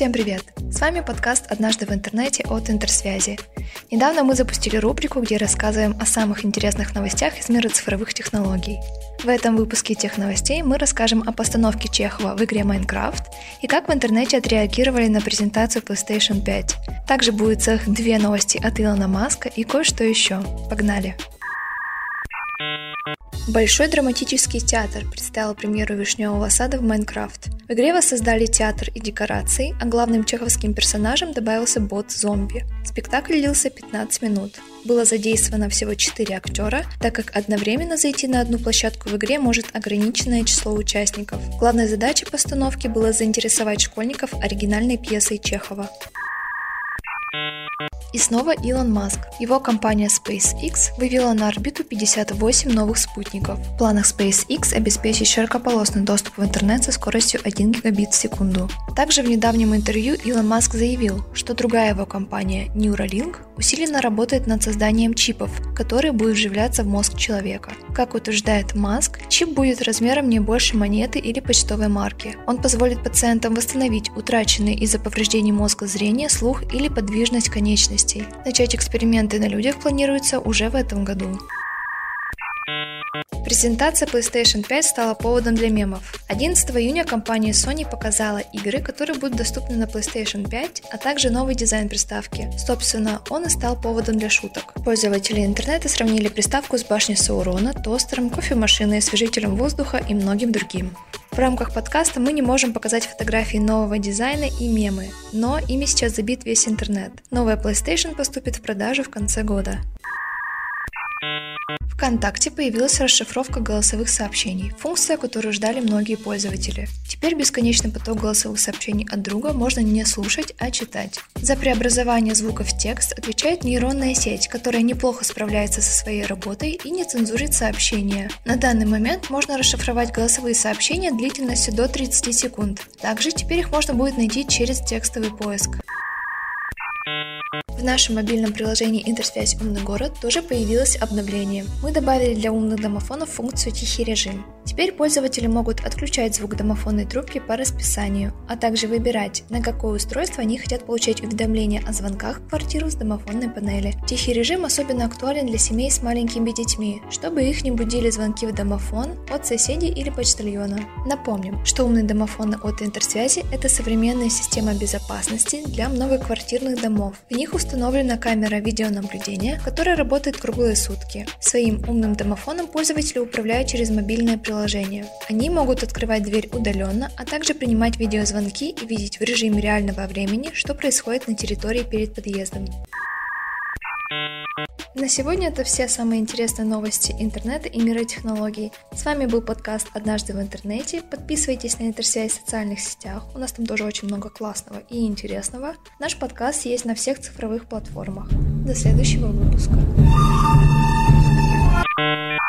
Всем привет! С вами подкаст «Однажды в интернете» от Интерсвязи. Недавно мы запустили рубрику, где рассказываем о самых интересных новостях из мира цифровых технологий. В этом выпуске тех новостей мы расскажем о постановке Чехова в игре Minecraft и как в интернете отреагировали на презентацию PlayStation 5. Также будет целых 2 новости от Илона Маска и кое-что еще. Погнали! Большой драматический театр представил премьеру «Вишневого сада» в Майнкрафт. В игре воссоздали театр и декорации, а главным чеховским персонажем добавился бот-зомби. Спектакль длился 15 минут. Было задействовано всего 4 актера, так как одновременно зайти на одну площадку в игре может ограниченное число участников. Главной задачей постановки было заинтересовать школьников оригинальной пьесой Чехова. И снова Илон Маск. Его компания SpaceX вывела на орбиту 58 новых спутников. В планах SpaceX обеспечить широкополосный доступ в интернет со скоростью 1 гигабит в секунду. Также в недавнем интервью Илон Маск заявил, что другая его компания Neuralink усиленно работает над созданием чипов, которые будут вживляться в мозг человека. Как утверждает Маск, чип будет размером не больше монеты или почтовой марки. Он позволит пациентам восстановить утраченные из-за повреждений мозга зрение, слух или подвижность конечностей. Начать эксперименты на людях планируется уже в этом году. Презентация PlayStation 5 стала поводом для мемов. 11 июня компания Sony показала игры, которые будут доступны на PlayStation 5, а также новый дизайн приставки. Собственно, он и стал поводом для шуток. Пользователи интернета сравнили приставку с башней Саурона, тостером, кофемашиной, освежителем воздуха и многим другим. В рамках подкаста мы не можем показать фотографии нового дизайна и мемы, но ими сейчас забит весь интернет. Новая PlayStation поступит в продажу в конце года. ВКонтакте появилась расшифровка голосовых сообщений, функция, которую ждали многие пользователи. Теперь бесконечный поток голосовых сообщений от друга можно не слушать, а читать. За преобразование звука в текст отвечает нейронная сеть, которая неплохо справляется со своей работой и не цензурит сообщения. На данный момент можно расшифровать голосовые сообщения длительностью до 30 секунд. Также теперь их можно будет найти через текстовый поиск. В нашем мобильном приложении Интерсвязь Умный город тоже появилось обновление. Мы добавили для умных домофонов функцию «Тихий режим». Теперь пользователи могут отключать звук домофонной трубки по расписанию, а также выбирать, на какое устройство они хотят получать уведомления о звонках в квартиру с домофонной панели. Тихий режим особенно актуален для семей с маленькими детьми, чтобы их не будили звонки в домофон от соседей или почтальона. Напомним, что умные домофоны от Интерсвязи – это современная система безопасности для многоквартирных домов. В них установлена камера видеонаблюдения, которая работает круглые сутки. Своим умным домофоном пользователи управляют через мобильное приложение. Они могут открывать дверь удаленно, а также принимать видеозвонки и видеть в режиме реального времени, что происходит на территории перед подъездом. На сегодня это все самые интересные новости интернета и мира технологий. С вами был подкаст «Однажды в интернете». Подписывайтесь на Интерсвязь в социальных сетях, у нас там тоже очень много классного и интересного. Наш подкаст есть на всех цифровых платформах. До следующего выпуска.